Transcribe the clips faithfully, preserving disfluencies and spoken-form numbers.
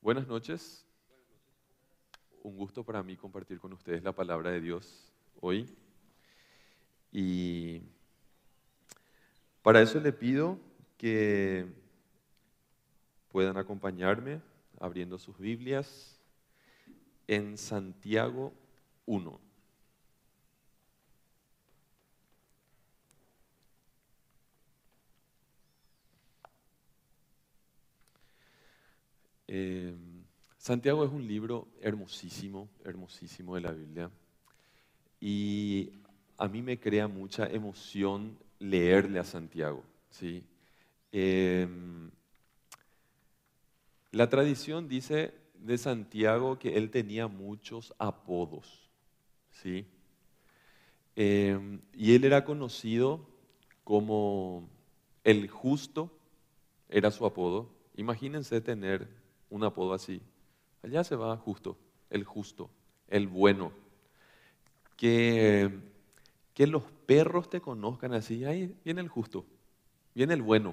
Buenas noches, un gusto para mí compartir con ustedes la palabra de Dios hoy. Y para eso le pido que puedan acompañarme abriendo sus Biblias en Santiago uno. Eh, Santiago es un libro hermosísimo, hermosísimo de la Biblia. Y a mí me crea mucha emoción leerle a Santiago, ¿sí? Eh, la tradición dice de Santiago que él tenía muchos apodos, ¿sí? Eh, y él era conocido como el justo, era su apodo. Imagínense tener un apodo así. Allá se va justo, el justo, el bueno. Que, que los perros te conozcan así, ahí viene el justo, viene el bueno.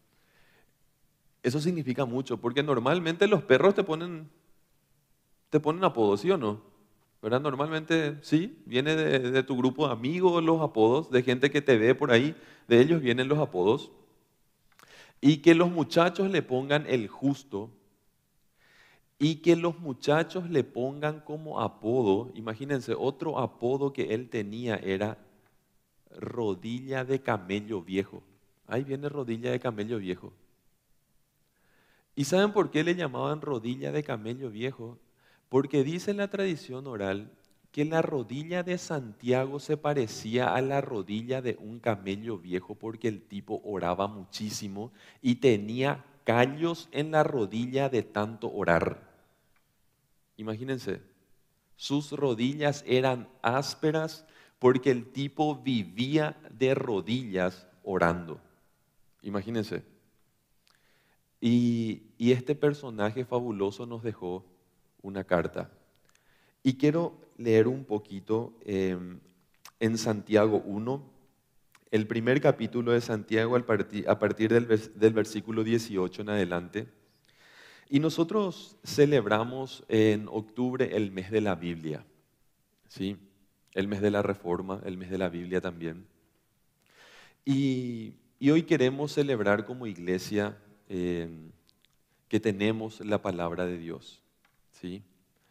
Eso significa mucho, porque normalmente los perros te ponen, te ponen apodos, ¿sí o no? ¿Verdad? Normalmente sí, viene de, de tu grupo de amigos los apodos, de gente que te ve por ahí, de ellos vienen los apodos. Y que los muchachos le pongan el justo, y que los muchachos le pongan como apodo, imagínense, otro apodo que él tenía era rodilla de camello viejo. Ahí viene rodilla de camello viejo. ¿Y saben por qué le llamaban rodilla de camello viejo? Porque dice la tradición oral que la rodilla de Santiago se parecía a la rodilla de un camello viejo porque el tipo oraba muchísimo y tenía callos en la rodilla de tanto orar. Imagínense, sus rodillas eran ásperas porque el tipo vivía de rodillas orando. Imagínense. Y, y este personaje fabuloso nos dejó una carta. Y quiero leer un poquito eh, en Santiago uno, el primer capítulo de Santiago al partir, a partir del, vers, del versículo dieciocho en adelante. Y nosotros celebramos en octubre el mes de la Biblia, ¿sí? El mes de la Reforma, el mes de la Biblia también. Y, y hoy queremos celebrar como iglesia eh, que tenemos la palabra de Dios, ¿sí?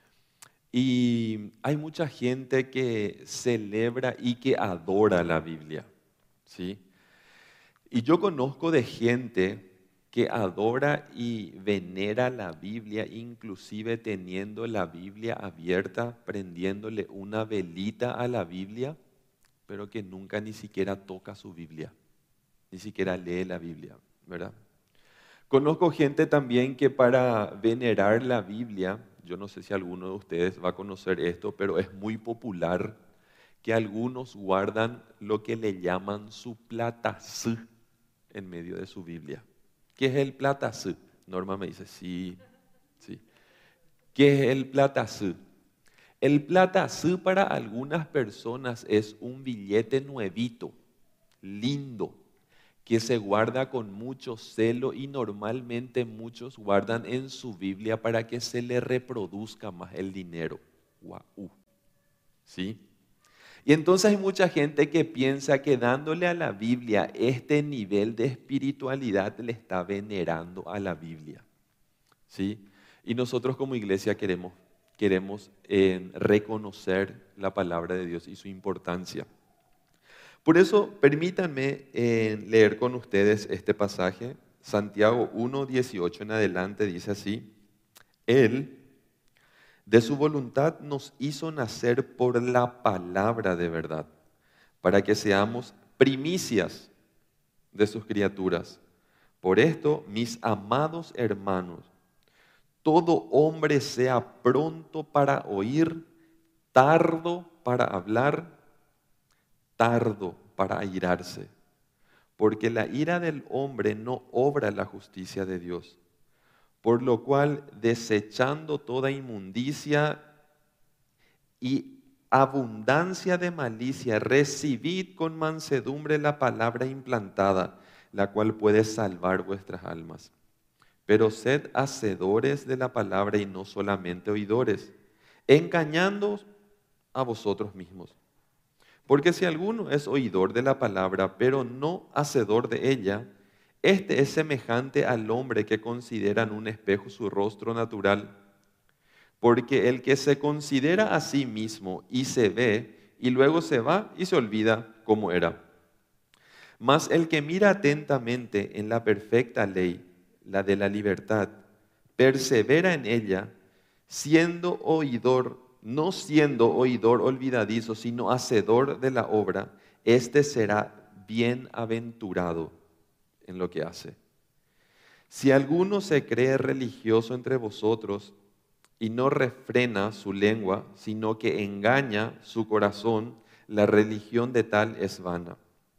Y hay mucha gente que celebra y que adora la Biblia, ¿sí? Y yo conozco de gente que adora y venera la Biblia, inclusive teniendo la Biblia abierta, prendiéndole una velita a la Biblia, pero que nunca ni siquiera toca su Biblia, ni siquiera lee la Biblia, ¿verdad? Conozco gente también que para venerar la Biblia, yo no sé si alguno de ustedes va a conocer esto, pero es muy popular que algunos guardan lo que le llaman su platazú en medio de su Biblia. ¿Qué es el platazú? Norma me dice, sí, sí. ¿Qué es el platazú? El platazú para algunas personas es un billete nuevito, lindo, que se guarda con mucho celo y normalmente muchos guardan en su Biblia para que se le reproduzca más el dinero. Guau. ¿Sí? Y entonces hay mucha gente que piensa que dándole a la Biblia este nivel de espiritualidad le está venerando a la Biblia, ¿sí? Y nosotros como iglesia queremos, queremos eh, reconocer la palabra de Dios y su importancia. Por eso permítanme eh, leer con ustedes este pasaje. Santiago uno, dieciocho en adelante dice así: Él de su voluntad nos hizo nacer por la palabra de verdad, para que seamos primicias de sus criaturas. Por esto, mis amados hermanos, todo hombre sea pronto para oír, tardo para hablar, tardo para airarse, porque la ira del hombre no obra la justicia de Dios. Por lo cual, desechando toda inmundicia y abundancia de malicia, recibid con mansedumbre la palabra implantada, la cual puede salvar vuestras almas. pero sed hacedores de la palabra y no solamente oidores, engañando a vosotros mismos. Porque si alguno es oidor de la palabra, pero no hacedor de ella, este es semejante al hombre que considera en un espejo su rostro natural. Porque el que se considera a sí mismo y se ve, y luego se va y se olvida cómo era. Mas el que mira atentamente en la perfecta ley, la de la libertad, persevera en ella, siendo oidor, no siendo oidor olvidadizo, sino hacedor de la obra, éste será bienaventurado en lo que hace. Si alguno se cree religioso entre vosotros y no refrena su lengua, sino que engaña su corazón, la religión de tal es vana.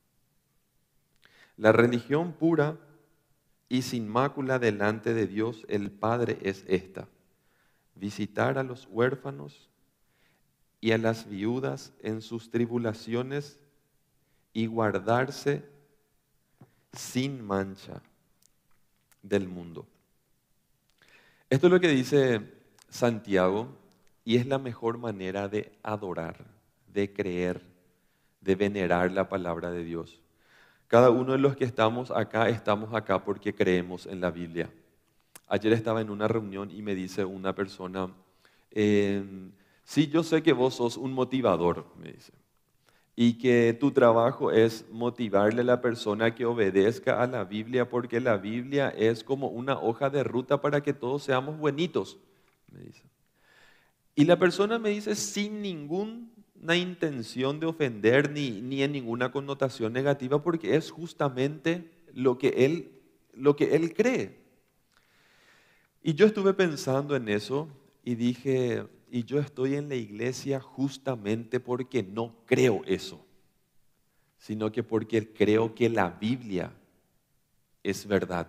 La religión pura y sin mácula delante de Dios el Padre es esta: visitar a los huérfanos y a las viudas en sus tribulaciones y guardarse sin mancha del mundo. Esto es lo que dice Santiago y es la mejor manera de adorar, de creer, de venerar la palabra de Dios. Cada uno de los que estamos acá, estamos acá porque creemos en la Biblia. Ayer estaba en una reunión y me dice una persona, eh, sí, yo sé que vos sos un motivador, me dice, y que tu trabajo es motivarle a la persona que obedezca a la Biblia porque la Biblia es como una hoja de ruta para que todos seamos buenitos, me dice. Y la persona me dice sin ninguna intención de ofender ni, ni en ninguna connotación negativa porque es justamente lo que él, lo que él cree. Y yo estuve pensando en eso y dije, y yo estoy en la iglesia justamente porque no creo eso, sino que porque creo que la Biblia es verdad.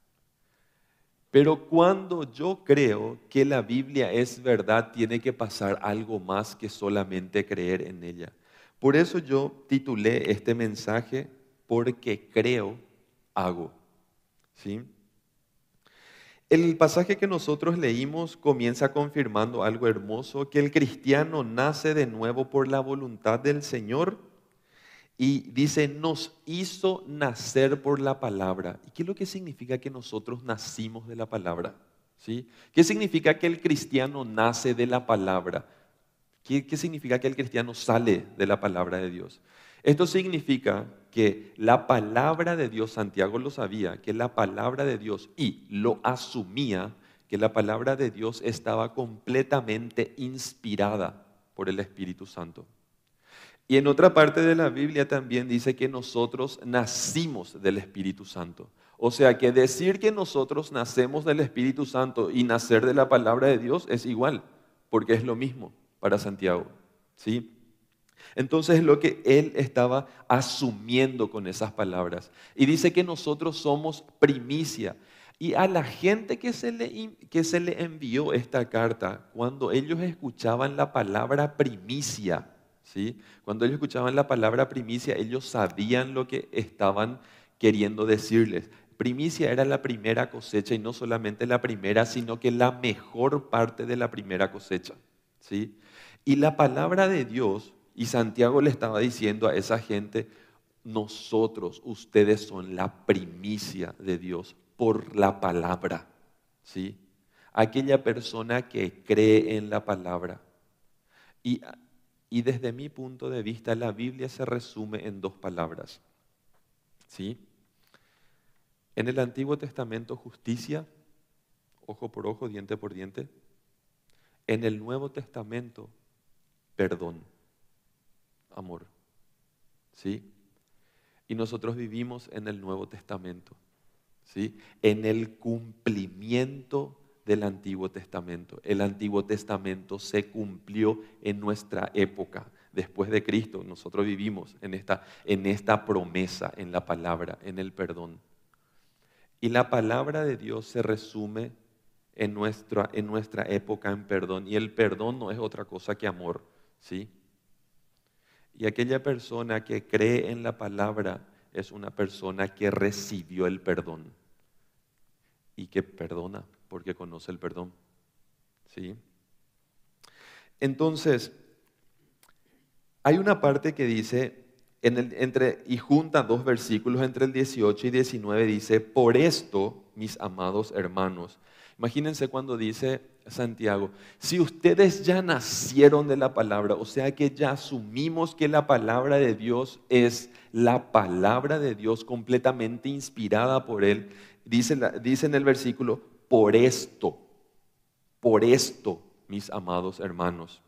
Pero cuando yo creo que la Biblia es verdad, tiene que pasar algo más que solamente creer en ella. Por eso yo titulé este mensaje, porque creo, hago. ¿Sí? El pasaje que nosotros leímos comienza confirmando algo hermoso, que el cristiano nace de nuevo por la voluntad del Señor y dice, nos hizo nacer por la palabra. ¿Y qué es lo que significa que nosotros nacimos de la palabra? ¿Sí? ¿Qué significa que el cristiano nace de la palabra? ¿Qué, qué significa que el cristiano sale de la palabra de Dios? Esto significa que la palabra de Dios, Santiago lo sabía, que la palabra de Dios, y lo asumía, que la palabra de Dios estaba completamente inspirada por el Espíritu Santo. Y en otra parte de la Biblia también dice que nosotros nacimos del Espíritu Santo. O sea que decir que nosotros nacemos del Espíritu Santo y nacer de la palabra de Dios es igual, porque es lo mismo para Santiago, ¿sí? Entonces lo que él estaba asumiendo con esas palabras. Y dice que nosotros somos primicia. Y a la gente que se le, que se le envió esta carta, cuando ellos escuchaban la palabra primicia, ¿sí? Cuando ellos escuchaban la palabra primicia, ellos sabían lo que estaban queriendo decirles. Primicia era la primera cosecha y no solamente la primera, sino que la mejor parte de la primera cosecha, ¿sí? Y la palabra de Dios, y Santiago le estaba diciendo a esa gente, nosotros, ustedes son la primicia de Dios por la palabra, ¿sí? Aquella persona que cree en la palabra. Y, y desde mi punto de vista, la Biblia se resume en dos palabras, ¿sí? En el Antiguo Testamento, justicia, ojo por ojo, diente por diente. En el Nuevo Testamento, perdón, amor, ¿sí? Y nosotros vivimos en el Nuevo Testamento, ¿sí? En el cumplimiento del Antiguo Testamento. El Antiguo Testamento se cumplió en nuestra época. Después de Cristo, nosotros vivimos en esta, en esta promesa, en la palabra, en el perdón. Y la palabra de Dios se resume en nuestra, en nuestra época en perdón. Y el perdón no es otra cosa que amor, ¿sí? Y aquella persona que cree en la palabra es una persona que recibió el perdón. y que perdona porque conoce el perdón. ¿Sí? Entonces, hay una parte que dice, en el, entre, y junta dos versículos entre el dieciocho y diecinueve, dice, por esto, mis amados hermanos. Imagínense cuando dice Santiago, si ustedes ya nacieron de la palabra, o sea que ya asumimos que la palabra de Dios es la palabra de Dios completamente inspirada por Él, dice, la- dice en el versículo, por esto, por esto, mis amados hermanos.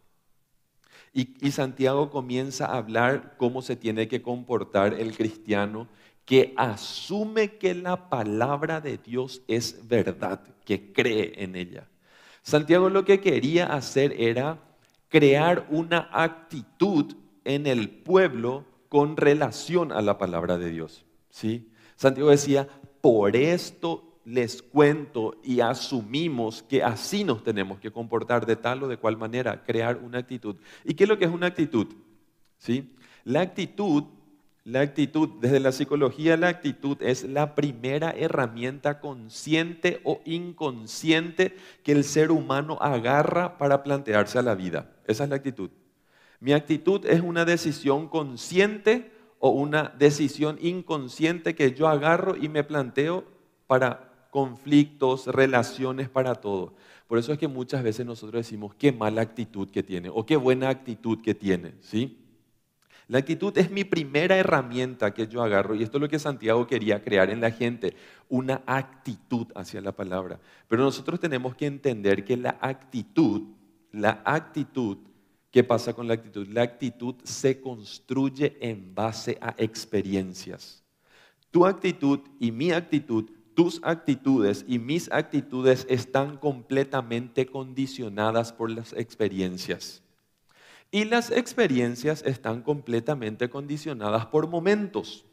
Y, y Santiago comienza a hablar cómo se tiene que comportar el cristiano que asume que la palabra de Dios es verdad, que cree en ella. Santiago lo que quería hacer era crear una actitud en el pueblo con relación a la palabra de Dios. ¿Sí? Santiago decía, por esto les cuento y asumimos que así nos tenemos que comportar de tal o de cual manera, crear una actitud. ¿Y qué es lo que es una actitud? ¿Sí? La actitud, la actitud, desde la psicología, la actitud es la primera herramienta consciente o inconsciente que el ser humano agarra para plantearse a la vida. Esa es la actitud. Mi actitud es una decisión consciente o una decisión inconsciente que yo agarro y me planteo para conflictos, relaciones, para todo. Por eso es que muchas veces nosotros decimos qué mala actitud que tiene o qué buena actitud que tiene, ¿sí? La actitud es mi primera herramienta que yo agarro y esto es lo que Santiago quería crear en la gente, una actitud hacia la palabra. Pero nosotros tenemos que entender que la actitud, la actitud, ¿qué pasa con la actitud? La actitud se construye en base a experiencias. Tu actitud y mi actitud, tus actitudes y mis actitudes están completamente condicionadas por las experiencias. Y las experiencias están completamente condicionadas por momentos.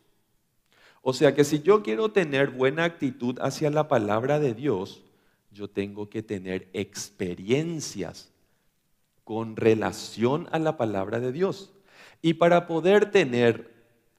O sea que si yo quiero tener buena actitud hacia la palabra de Dios, yo tengo que tener experiencias con relación a la palabra de Dios. Y para poder tener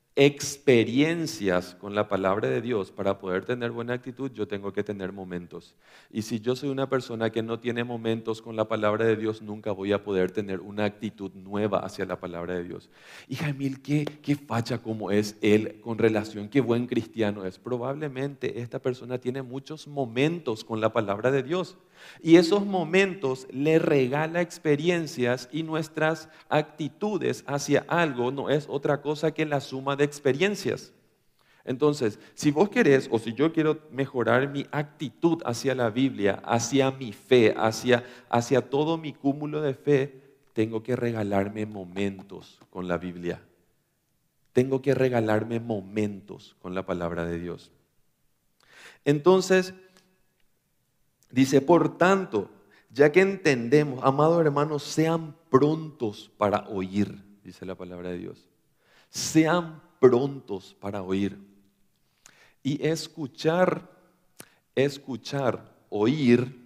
experiencias con la palabra de Dios, para poder tener buena actitud, yo tengo que tener momentos. Y si yo soy una persona que no tiene momentos con la palabra de Dios, nunca voy a poder tener una actitud nueva hacia la palabra de Dios. Y Jamil, ¿qué, qué facha como es él con relación? ¿Qué buen cristiano es? Probablemente esta persona tiene muchos momentos con la palabra de Dios. Y esos momentos le regala experiencias y nuestras actitudes hacia algo no es otra cosa que la suma de experiencias. Entonces, si vos querés o si yo quiero mejorar mi actitud hacia la Biblia, hacia mi fe, hacia, hacia todo mi cúmulo de fe, tengo que regalarme momentos con la Biblia. Tengo que regalarme momentos con la palabra de Dios. Entonces, dice, por tanto, ya que entendemos, amados hermanos, sean prontos para oír, dice la palabra de Dios. Sean prontos para oír. Y escuchar, escuchar, oír,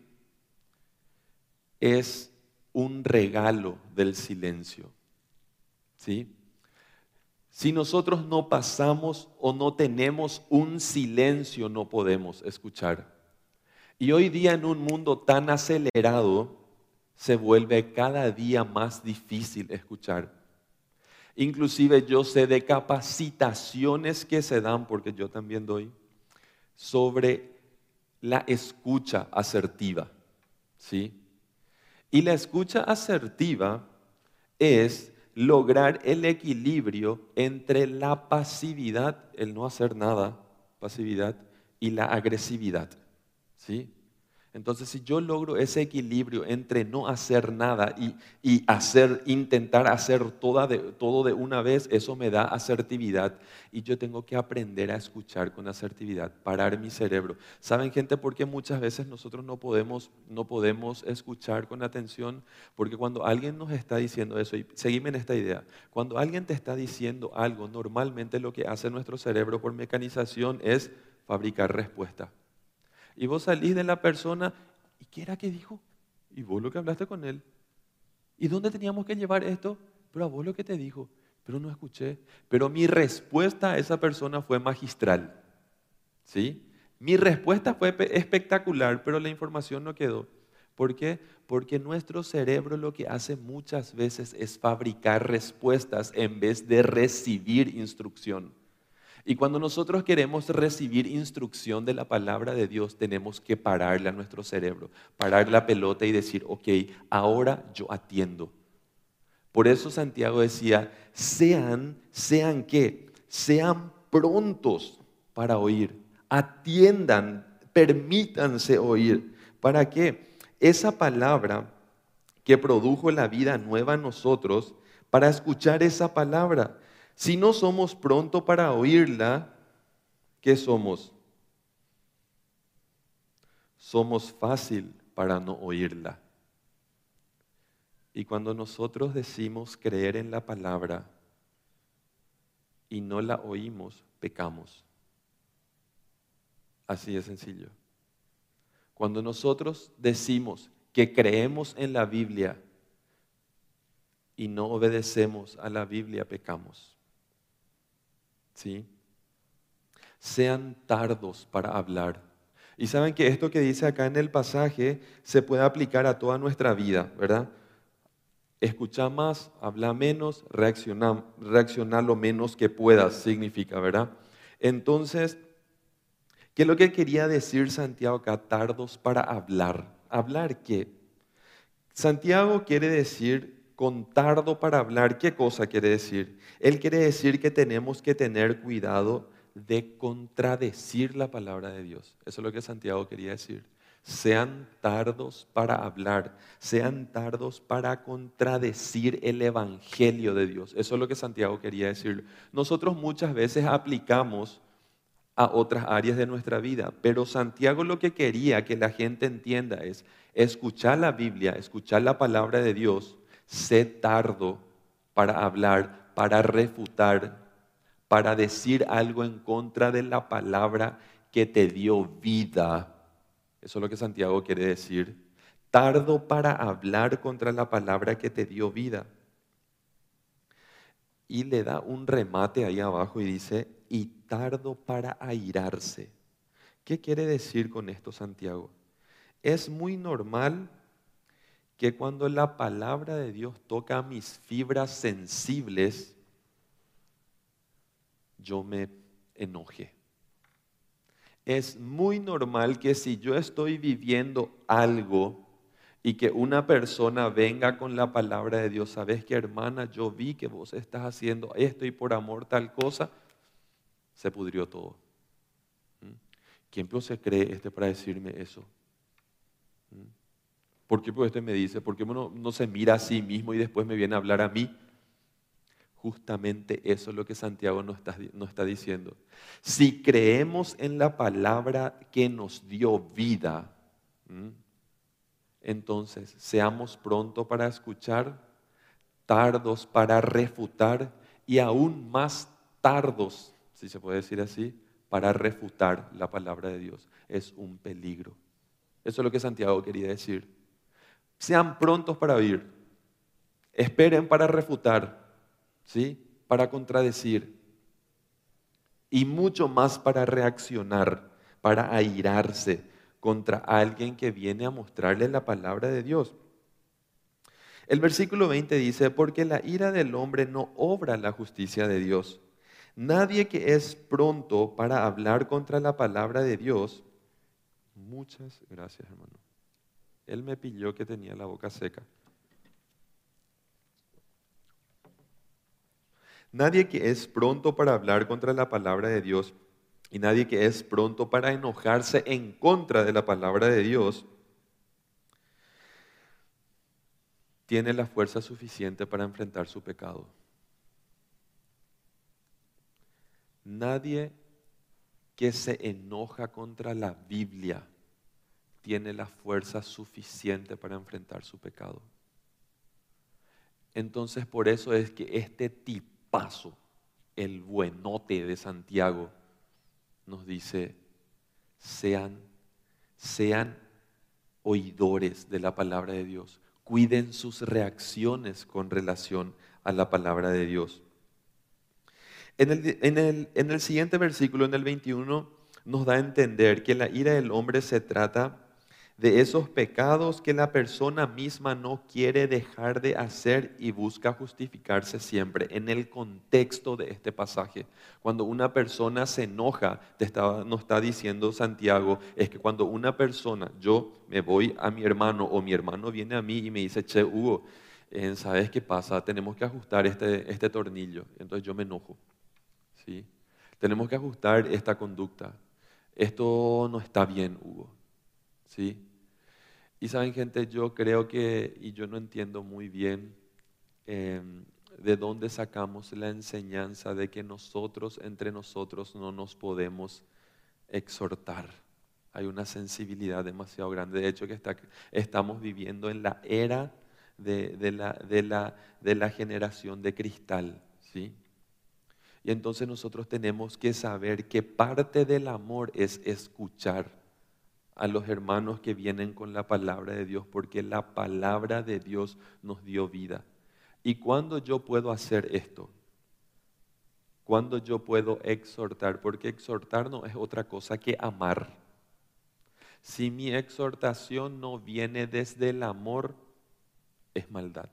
es un regalo del silencio. ¿Sí? Si nosotros no pasamos o no tenemos un silencio, no podemos escuchar. Y hoy día en un mundo tan acelerado, se vuelve cada día más difícil escuchar. Inclusive yo sé de capacitaciones que se dan, porque yo también doy, sobre la escucha asertiva. ¿Sí? Y la escucha asertiva es lograr el equilibrio entre la pasividad, el no hacer nada, pasividad, y la agresividad. ¿Sí? Entonces, si yo logro ese equilibrio entre no hacer nada y, y hacer, intentar hacer toda de, todo de una vez, eso me da asertividad. Y yo tengo que aprender a escuchar con asertividad, parar mi cerebro. ¿Saben, gente, por qué muchas veces nosotros no podemos, no podemos escuchar con atención? Porque cuando alguien nos está diciendo eso, y seguime en esta idea, cuando alguien te está diciendo algo, normalmente lo que hace nuestro cerebro por mecanización es fabricar respuesta. Y vos salís de la persona, ¿y qué era que dijo? Y vos lo que hablaste con él. ¿Y dónde teníamos que llevar esto? Pero a vos lo que te dijo, pero no escuché. Pero mi respuesta a esa persona fue magistral. ¿Sí? Mi respuesta fue pe- espectacular, pero la información no quedó. ¿Por qué? Porque nuestro cerebro lo que hace muchas veces es fabricar respuestas en vez de recibir instrucción. Y cuando nosotros queremos recibir instrucción de la palabra de Dios, tenemos que pararle a nuestro cerebro, parar la pelota y decir, ok, ahora yo atiendo. Por eso Santiago decía, sean, sean qué, sean prontos para oír, atiendan, permítanse oír. ¿Para qué? Esa palabra que produjo la vida nueva en nosotros, para escuchar esa palabra. Si no somos prontos para oírla, ¿qué somos? Somos fácil para no oírla. Y cuando nosotros decimos creer en la palabra y no la oímos, pecamos. Así de sencillo. Cuando nosotros decimos que creemos en la Biblia y no obedecemos a la Biblia, pecamos. ¿Sí? Sean tardos para hablar. Y saben que esto que dice acá en el pasaje se puede aplicar a toda nuestra vida, ¿verdad? Escucha más, habla menos, reacciona, reacciona lo menos que puedas, significa, ¿verdad? Entonces, ¿qué es lo que quería decir Santiago acá? Tardos para hablar. ¿Hablar qué? Santiago quiere decir con tardo para hablar. ¿Qué cosa quiere decir? Él quiere decir que tenemos que tener cuidado de contradecir la palabra de Dios. Eso es lo que Santiago quería decir. Sean tardos para hablar, sean tardos para contradecir el evangelio de Dios. Eso es lo que Santiago quería decir. Nosotros muchas veces aplicamos a otras áreas de nuestra vida, pero Santiago lo que quería que la gente entienda es escuchar la Biblia, escuchar la palabra de Dios, sé tardo para hablar, para refutar, para decir algo en contra de la palabra que te dio vida. Eso es lo que Santiago quiere decir. Tardo para hablar contra la palabra que te dio vida. Y le da un remate ahí abajo y dice, y tardo para airarse. ¿Qué quiere decir con esto Santiago? Es muy normal que cuando la palabra de Dios toca mis fibras sensibles, yo me enoje. Es muy normal que si yo estoy viviendo algo y que una persona venga con la palabra de Dios, sabes que hermana, yo vi que vos estás haciendo esto y por amor tal cosa, se pudrió todo. ¿Mm? ¿Quién pues se cree este para decirme eso? ¿Mm? ¿Por qué pues este me dice? ¿Por qué uno no se mira a sí mismo y después me viene a hablar a mí? Justamente eso es lo que Santiago nos está, nos está diciendo. Si creemos en la palabra que nos dio vida, ¿m? entonces seamos prontos para escuchar, tardos para refutar y aún más tardos, si se puede decir así, para refutar la palabra de Dios. Es un peligro. Eso es lo que Santiago quería decir. Sean prontos para oír, esperen para refutar, ¿sí? Para contradecir y mucho más para reaccionar, para airarse contra alguien que viene a mostrarle la palabra de Dios. El versículo veinte dice, porque la ira del hombre no obra la justicia de Dios. Nadie que es pronto para hablar contra la palabra de Dios, muchas gracias hermano, él me pilló que tenía la boca seca. Nadie que es pronto para hablar contra la palabra de Dios y nadie que es pronto para enojarse en contra de la palabra de Dios tiene la fuerza suficiente para enfrentar su pecado. Nadie que se enoja contra la Biblia tiene la fuerza suficiente para enfrentar su pecado. Entonces por eso es que este tipazo, el buenote de Santiago, nos dice, sean, sean oidores de la palabra de Dios. Cuiden sus reacciones con relación a la palabra de Dios. En el, en el, en el siguiente versículo, en el veintiuno, nos da a entender que la ira del hombre se trata de esos pecados que la persona misma no quiere dejar de hacer y busca justificarse siempre. En el contexto de este pasaje, cuando una persona se enoja, te está, nos está diciendo Santiago, es que cuando una persona, yo me voy a mi hermano o mi hermano viene a mí y me dice, che, Hugo, eh, ¿sabes qué pasa? Tenemos que ajustar este, este tornillo. Entonces yo me enojo, ¿sí? Tenemos que ajustar esta conducta. Esto no está bien, Hugo. ¿Sí? Y saben, gente, yo creo que, y yo no entiendo muy bien eh, de dónde sacamos la enseñanza de que nosotros, entre nosotros, no nos podemos exhortar. Hay una sensibilidad demasiado grande. De hecho, que está, estamos viviendo en la era de, de, la, de, la, de la generación de cristal, ¿sí? Y entonces nosotros tenemos que saber que parte del amor es escuchar a los hermanos que vienen con la palabra de Dios, porque la palabra de Dios nos dio vida. ¿Y cuándo yo puedo hacer esto? ¿Cuándo yo puedo exhortar? Porque exhortar no es otra cosa que amar. Si mi exhortación no viene desde el amor, es maldad.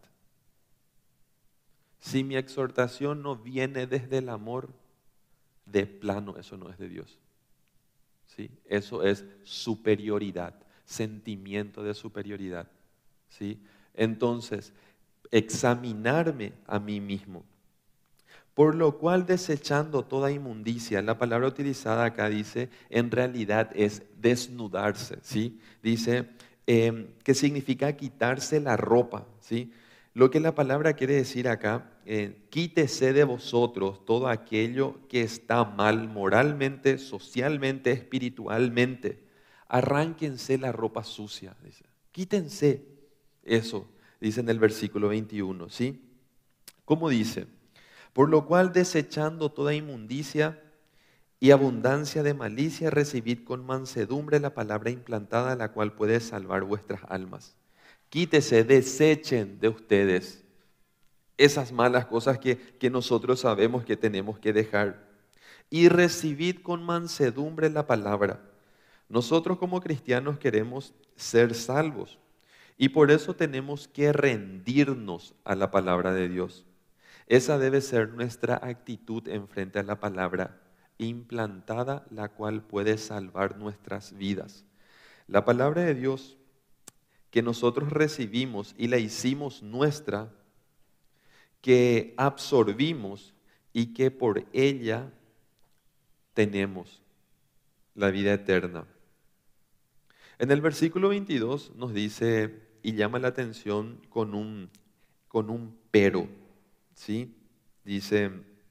Si mi exhortación no viene desde el amor, de plano eso no es de Dios. ¿Sí? Eso es superioridad, sentimiento de superioridad. ¿Sí? Entonces, examinarme a mí mismo. Por lo cual, desechando toda inmundicia, la palabra utilizada acá dice, en realidad es desnudarse, ¿sí? Dice eh, que significa quitarse la ropa, ¿sí? Lo que la palabra quiere decir acá, eh, quítese de vosotros todo aquello que está mal moralmente, socialmente, espiritualmente. Arránquense la ropa sucia, dice. Quítense eso, dice en el versículo veintiuno, ¿sí? ¿Cómo dice? Por lo cual, desechando toda inmundicia y abundancia de malicia, recibid con mansedumbre la palabra implantada, la cual puede salvar vuestras almas. Quítese, desechen de ustedes esas malas cosas que, que nosotros sabemos que tenemos que dejar. Y recibid con mansedumbre la palabra. Nosotros como cristianos queremos ser salvos y por eso tenemos que rendirnos a la palabra de Dios. Esa debe ser nuestra actitud en frente a la palabra implantada, la cual puede salvar nuestras vidas. La palabra de Dios que nosotros recibimos y la hicimos nuestra, que absorbimos y que por ella tenemos la vida eterna. En el versículo veintidós nos dice y llama la atención con un, con un pero. ¿Sí? Dice,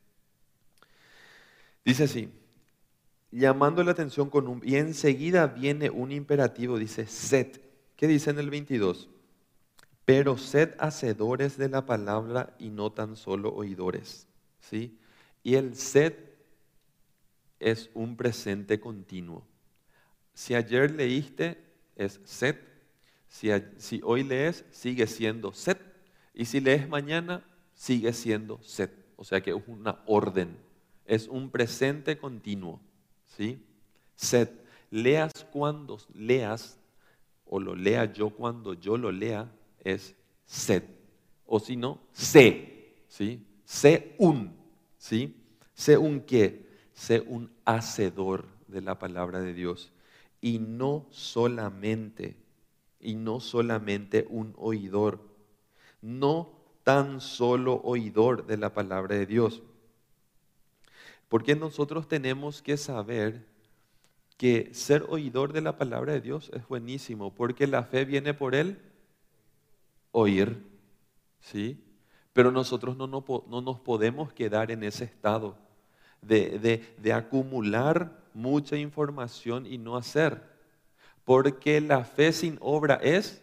dice así, llamando la atención con un, y enseguida viene un imperativo, dice, sed. ¿Qué dice en el veintidós? Pero sed hacedores de la palabra y no tan solo oidores. ¿Sí? Y el sed es un presente continuo. Si ayer leíste, es sed. Si, si hoy lees, sigue siendo sed. Y si lees mañana, sigue siendo sed. O sea que es una orden, es un presente continuo, ¿sí? Sed. Leas cuando leas, o lo lea yo cuando yo lo lea, es sed. O si no, sé, ¿sí? Sé un, ¿sí? Sé un qué, sé un hacedor de la palabra de Dios. Y no solamente, y no solamente un oidor, no tan solo oidor de la palabra de Dios. Porque nosotros tenemos que saber que ser oidor de la palabra de Dios es buenísimo, porque la fe viene por el oír, ¿sí? Pero nosotros no, no, no nos podemos quedar en ese estado de, de, de acumular mucha información y no hacer, porque la fe sin obra es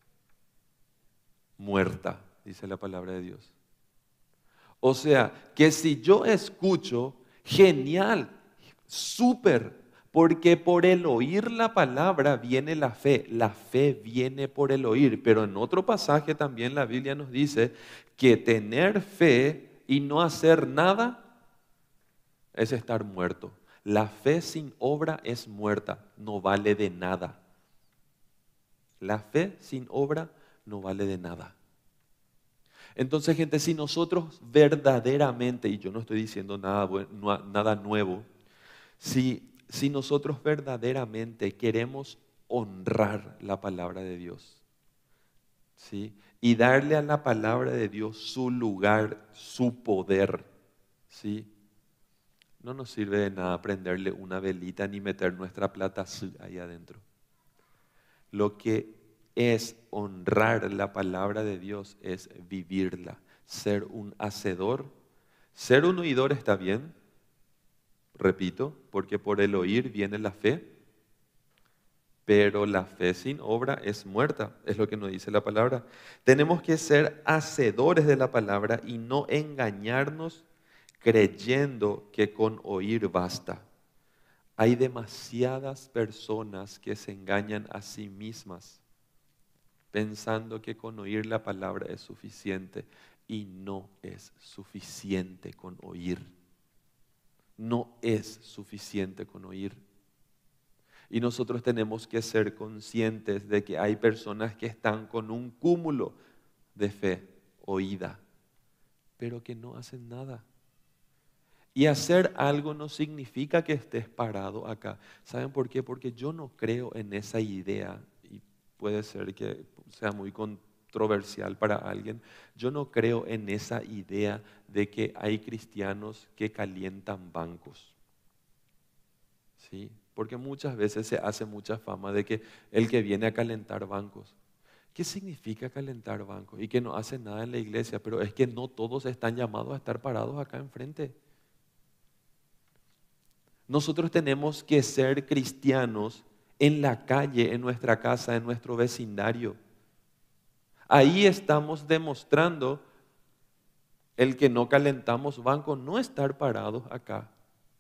muerta, dice la palabra de Dios. O sea, que si yo escucho, genial, súper, porque por el oír la palabra viene la fe. La fe viene por el oír, pero en otro pasaje también la Biblia nos dice que tener fe y no hacer nada es estar muerto. la fe sin obra es muerta, no vale de nada. La fe sin obra no vale de nada. Entonces, gente, si nosotros verdaderamente, y yo no estoy diciendo nada, bueno, nada nuevo, si, si nosotros verdaderamente queremos honrar la palabra de Dios, ¿sí? Y darle a la palabra de Dios su lugar, su poder, ¿sí? No nos sirve de nada prenderle una velita ni meter nuestra plata ahí adentro. Lo que es honrar la palabra de Dios es vivirla, ser un hacedor. Ser un oidor está bien, repito, porque por el oír viene la fe, pero la fe sin obra es muerta, es lo que nos dice la palabra. Tenemos que ser hacedores de la palabra y no engañarnos creyendo que con oír basta. Hay demasiadas personas que se engañan a sí mismas pensando que con oír la palabra es suficiente, y no es suficiente con oír. No es suficiente con oír. Y nosotros tenemos que ser conscientes de que hay personas que están con un cúmulo de fe oída, pero que no hacen nada. Y hacer algo no significa que estés parado acá. ¿Saben por qué? Porque yo no creo en esa idea, y puede ser que sea muy controversial para alguien. Yo no creo en esa idea de que hay cristianos que calientan bancos. ¿Sí? Porque muchas veces se hace mucha fama de que el que viene a calentar bancos. ¿Qué significa calentar bancos? Y que no hace nada en la iglesia, pero es que no todos están llamados a estar parados acá enfrente. Nosotros tenemos que ser cristianos en la calle, en nuestra casa, en nuestro vecindario. Ahí estamos demostrando el que no calentamos banco, no estar parados acá.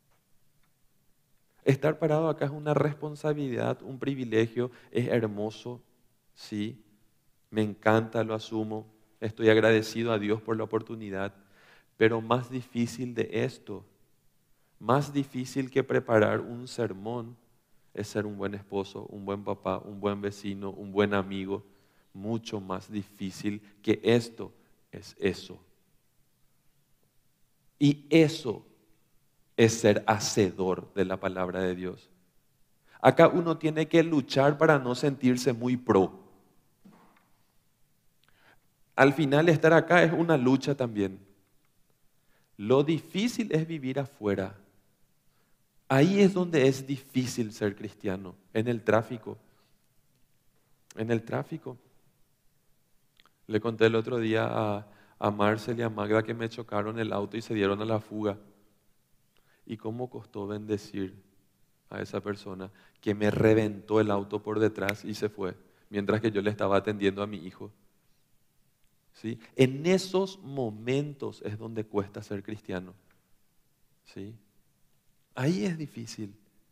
Estar parado acá es una responsabilidad, un privilegio, es hermoso, sí, me encanta, lo asumo, estoy agradecido a Dios por la oportunidad, pero más difícil de esto, más difícil que preparar un sermón es ser un buen esposo, un buen papá, un buen vecino, un buen amigo. Mucho más difícil que esto es eso. Y eso es ser hacedor de la palabra de Dios. Acá uno tiene que luchar para no sentirse muy pro. Al final estar acá es una lucha también. Lo difícil es vivir afuera. Ahí es donde es difícil ser cristiano, en el tráfico. En el tráfico. Le conté el otro día a, a Marcel y a Magda que me chocaron el auto y se dieron a la fuga. Y cómo costó bendecir a esa persona que me reventó el auto por detrás y se fue, mientras que yo le estaba atendiendo a mi hijo. ¿Sí? En esos momentos es donde cuesta ser cristiano. ¿Sí? Ahí es difícil.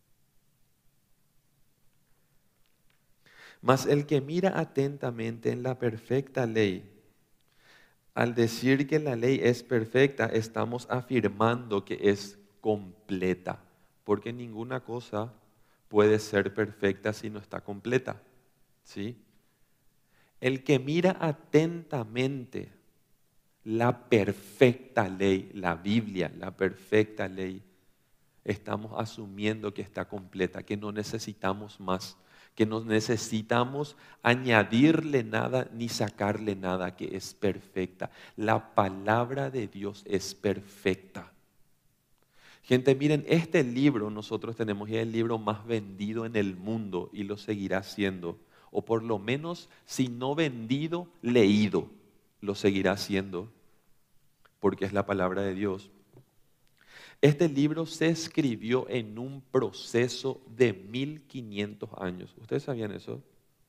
Mas el que mira atentamente en la perfecta ley, al decir que la ley es perfecta, estamos afirmando que es completa, porque ninguna cosa puede ser perfecta si no está completa. ¿Sí? El que mira atentamente la perfecta ley, la Biblia, la perfecta ley, estamos asumiendo que está completa, que no necesitamos más, que no necesitamos añadirle nada ni sacarle nada, que es perfecta. La palabra de Dios es perfecta. Gente, miren, este libro nosotros tenemos, y es el libro más vendido en el mundo y lo seguirá siendo, o por lo menos, si no vendido, leído, lo seguirá siendo, porque es la palabra de Dios. Este libro se escribió en un proceso de mil quinientos años. ¿Ustedes sabían eso?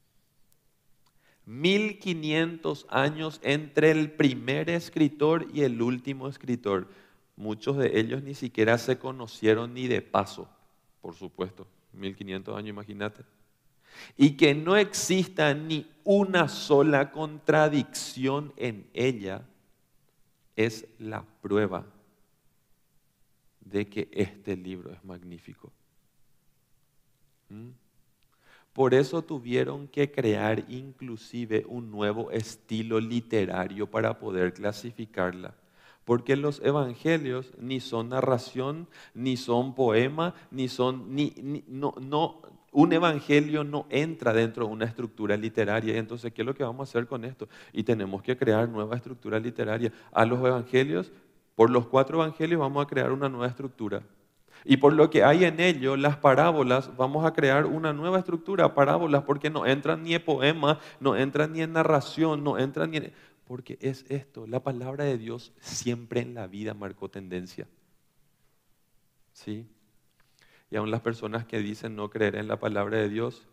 mil quinientos años entre el primer escritor y el último escritor. Muchos de ellos ni siquiera se conocieron ni de paso, por supuesto. mil quinientos años, imagínate. Y que no exista ni una sola contradicción en ella es la prueba de que este libro es magnífico. ¿Mm? Por eso tuvieron que crear inclusive un nuevo estilo literario para poder clasificarla. Porque los evangelios ni son narración, ni son poema, ni son, ni, ni- no, no, un evangelio no entra dentro de una estructura literaria. Entonces, ¿qué es lo que vamos a hacer con esto? Y tenemos que crear nueva estructura literaria. A los evangelios, por los cuatro evangelios vamos a crear una nueva estructura. Y por lo que hay en ello, las parábolas, vamos a crear una nueva estructura, parábolas, porque no entran ni en poema, no entran ni en narración, no entran ni en... Porque es esto, la palabra de Dios siempre en la vida marcó tendencia. ¿Sí? Y aún las personas que dicen no creer en la palabra de Dios,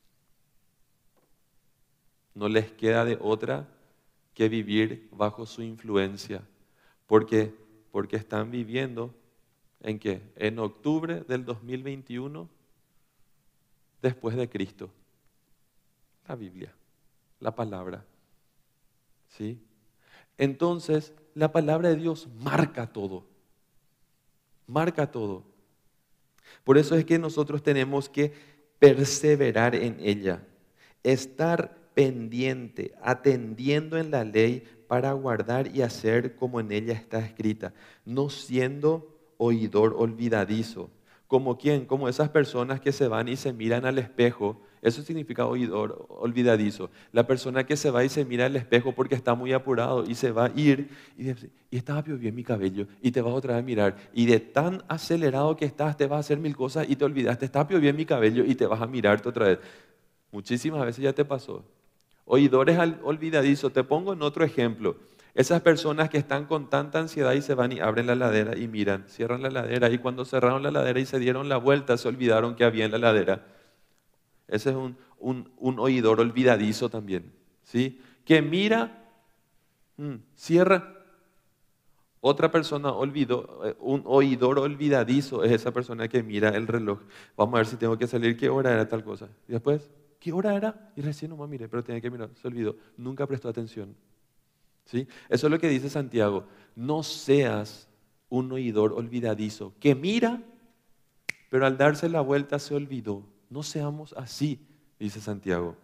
no les queda de otra que vivir bajo su influencia. Porque, porque están viviendo ¿en qué? En octubre del dos mil veintiuno, después de Cristo. La Biblia, la palabra. ¿Sí? Entonces, la palabra de Dios marca todo. Marca todo. Por eso es que nosotros tenemos que perseverar en ella. Estar pendiente, atendiendo en la ley para guardar y hacer como en ella está escrita. No siendo oidor olvidadizo. ¿Como quién? Como esas personas que se van y se miran al espejo. Eso significa oidor olvidadizo. La persona que se va y se mira al espejo porque está muy apurado y se va a ir y dice, y estaba bien mi cabello, y te vas otra vez a mirar. Y de tan acelerado que estás, te vas a hacer mil cosas y te olvidaste, está bien mi cabello, y te vas a mirarte otra vez. Muchísimas veces ya te pasó. Oidores olvidadizos. Te pongo en otro ejemplo. Esas personas que están con tanta ansiedad y se van y abren la heladera y miran, cierran la heladera, y cuando cerraron la heladera y se dieron la vuelta, se olvidaron que había en la heladera. Ese es un, un, un oidor olvidadizo también, ¿sí? Que mira, mm, cierra. Otra persona olvidó, eh, un oidor olvidadizo es esa persona que mira el reloj. Vamos a ver si tengo que salir, ¿qué hora era tal cosa? Y después, ¿qué hora era? Y recién nomás miré, pero tenía que mirar, se olvidó. Nunca prestó atención. ¿Sí? Eso es lo que dice Santiago. No seas un oidor olvidadizo, que mira, pero al darse la vuelta se olvidó. No seamos así, dice Santiago.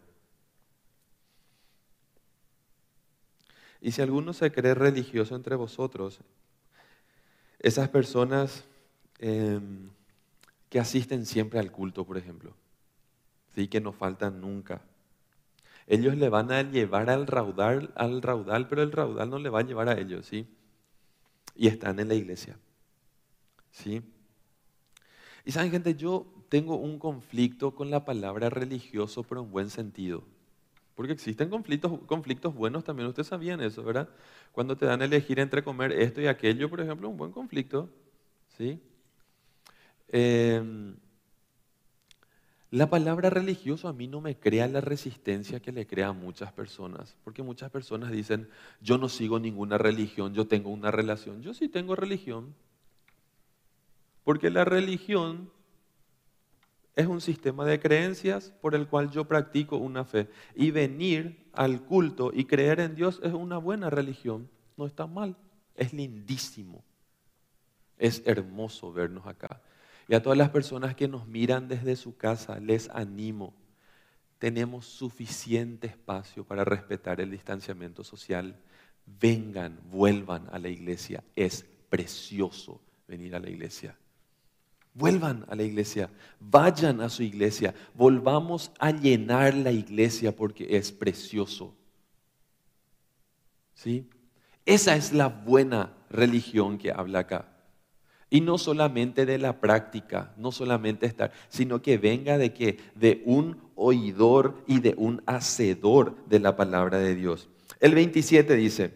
Y si alguno se cree religioso entre vosotros, esas personas eh, que asisten siempre al culto, por ejemplo, ¿sí? Que no faltan nunca. Ellos le van a llevar al raudal, al raudal, pero el raudal no le va a llevar a ellos, ¿sí? Y están en la iglesia, ¿sí? Y saben, gente, yo tengo un conflicto con la palabra religioso, pero en buen sentido. Porque existen conflictos, conflictos buenos también, ustedes sabían eso, ¿verdad? Cuando te dan a elegir entre comer esto y aquello, por ejemplo, un buen conflicto, ¿sí? Eh, la palabra religioso a mí no me crea la resistencia que le crea a muchas personas, porque muchas personas dicen, yo no sigo ninguna religión, yo tengo una relación. Yo sí tengo religión, porque la religión es un sistema de creencias por el cual yo practico una fe. Y venir al culto y creer en Dios es una buena religión, no está mal, es lindísimo, es hermoso vernos acá. Y a todas las personas que nos miran desde su casa, les animo, tenemos suficiente espacio para respetar el distanciamiento social. Vengan, vuelvan a la iglesia, es precioso venir a la iglesia. Vuelvan a la iglesia, vayan a su iglesia, volvamos a llenar la iglesia porque es precioso. ¿Sí? Esa es la buena religión que habla acá. Y no solamente de la práctica, no solamente estar, sino que venga de que de un oidor y de un hacedor de la palabra de Dios. El veintisiete dice,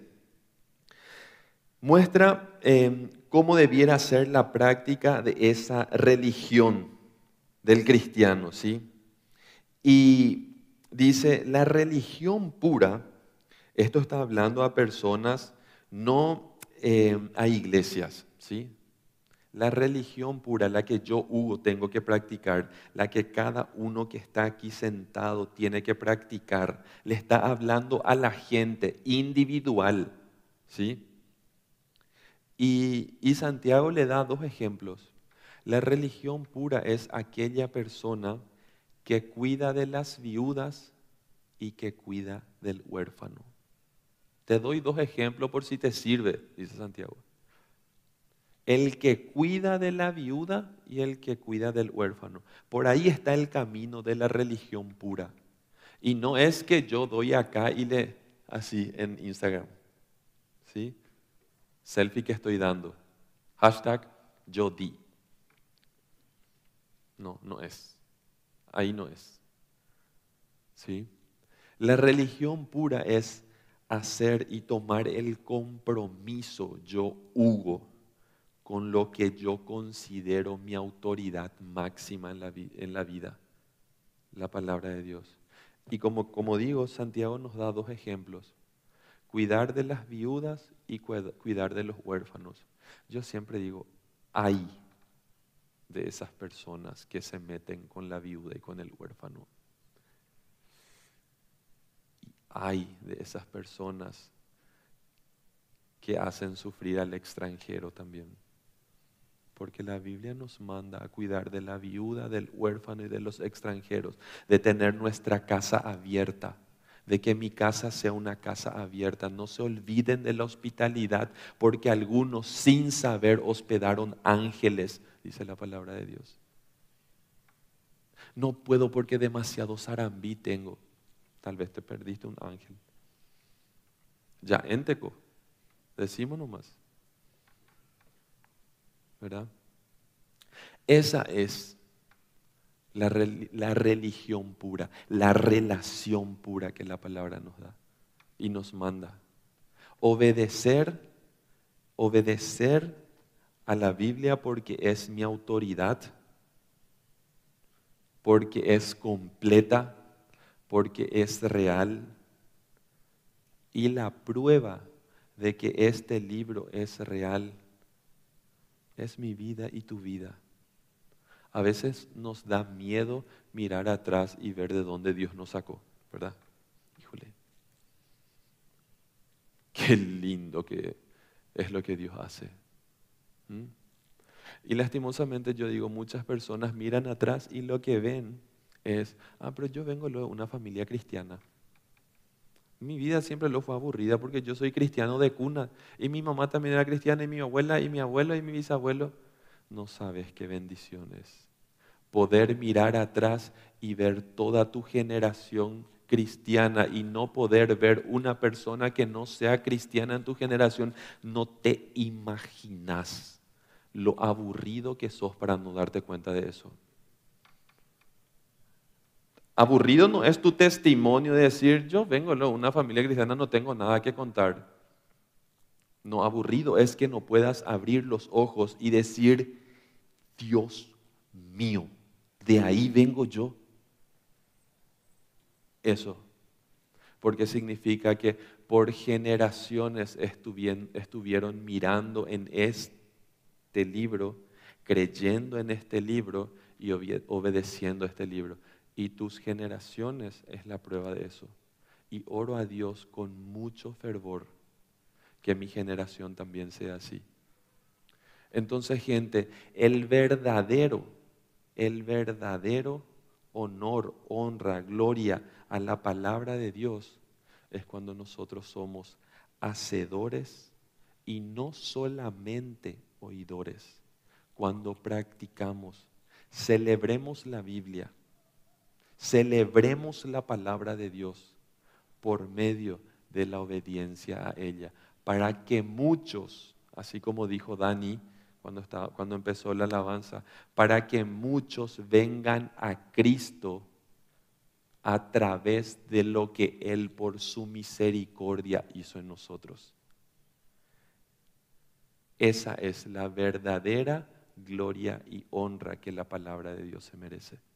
muestra eh, cómo debiera ser la práctica de esa religión del cristiano, ¿sí? Y dice, la religión pura, esto está hablando a personas, no eh, a iglesias, ¿sí? La religión pura, la que yo, Hugo, tengo que practicar, la que cada uno que está aquí sentado tiene que practicar, le está hablando a la gente individual, ¿sí? Y, y Santiago le da dos ejemplos. La religión pura es aquella persona que cuida de las viudas y que cuida del huérfano. Te doy dos ejemplos por si te sirve, dice Santiago. El que cuida de la viuda y el que cuida del huérfano. Por ahí está el camino de la religión pura. Y no es que yo doy acá y le, así en Instagram, ¿sí? Selfie que estoy dando. Hashtag yo di. No, no es. Ahí no es. ¿Sí? La religión pura es hacer y tomar el compromiso, yo, Hugo, con lo que yo considero mi autoridad máxima en la, vi- en la vida, la palabra de Dios. Y como, como digo, Santiago nos da dos ejemplos, cuidar de las viudas y cuida- cuidar de los huérfanos. Yo siempre digo, ay de esas personas que se meten con la viuda y con el huérfano. Ay de esas personas que hacen sufrir al extranjero también. Porque la Biblia nos manda a cuidar de la viuda, del huérfano y de los extranjeros, de tener nuestra casa abierta, de que mi casa sea una casa abierta. No se olviden de la hospitalidad, porque algunos sin saber hospedaron ángeles, dice la palabra de Dios. No puedo porque demasiado sarambí tengo. Tal vez te perdiste un ángel. Ya, enteco, decimos nomás, ¿verdad? Esa es la, rel- la religión pura, la relación pura que la palabra nos da y nos manda. Obedecer, obedecer a la Biblia porque es mi autoridad, porque es completa, porque es real. Y la prueba de que este libro es real es mi vida y tu vida. A veces nos da miedo mirar atrás y ver de dónde Dios nos sacó, ¿verdad? Híjole, qué lindo que es lo que Dios hace. ¿Mm? Y lastimosamente yo digo, muchas personas miran atrás y lo que ven es, ah, pero yo vengo de una familia cristiana. Mi vida siempre lo fue aburrida porque yo soy cristiano de cuna y mi mamá también era cristiana y mi abuela y mi abuelo y mi bisabuelo. No sabes qué bendiciones poder mirar atrás y ver toda tu generación cristiana y no poder ver una persona que no sea cristiana en tu generación. No te imaginas lo aburrido que sos para no darte cuenta de eso. Aburrido no es tu testimonio de decir, yo vengo de una familia cristiana, no tengo nada que contar. No, aburrido es que no puedas abrir los ojos y decir, Dios mío, de ahí vengo yo. Eso, porque significa que por generaciones estuvieron, estuvieron mirando en este libro, creyendo en este libro y obede- obedeciendo este libro. Y tus generaciones es la prueba de eso. Y oro a Dios con mucho fervor que mi generación también sea así. Entonces, gente, el verdadero, el verdadero honor, honra, gloria a la palabra de Dios es cuando nosotros somos hacedores y no solamente oidores. Cuando practicamos, celebremos la Biblia, celebremos la palabra de Dios por medio de la obediencia a ella, para que muchos, así como dijo Dani cuando, estaba, cuando empezó la alabanza, para que muchos vengan a Cristo a través de lo que Él por su misericordia hizo en nosotros. Esa es la verdadera gloria y honra que la palabra de Dios se merece.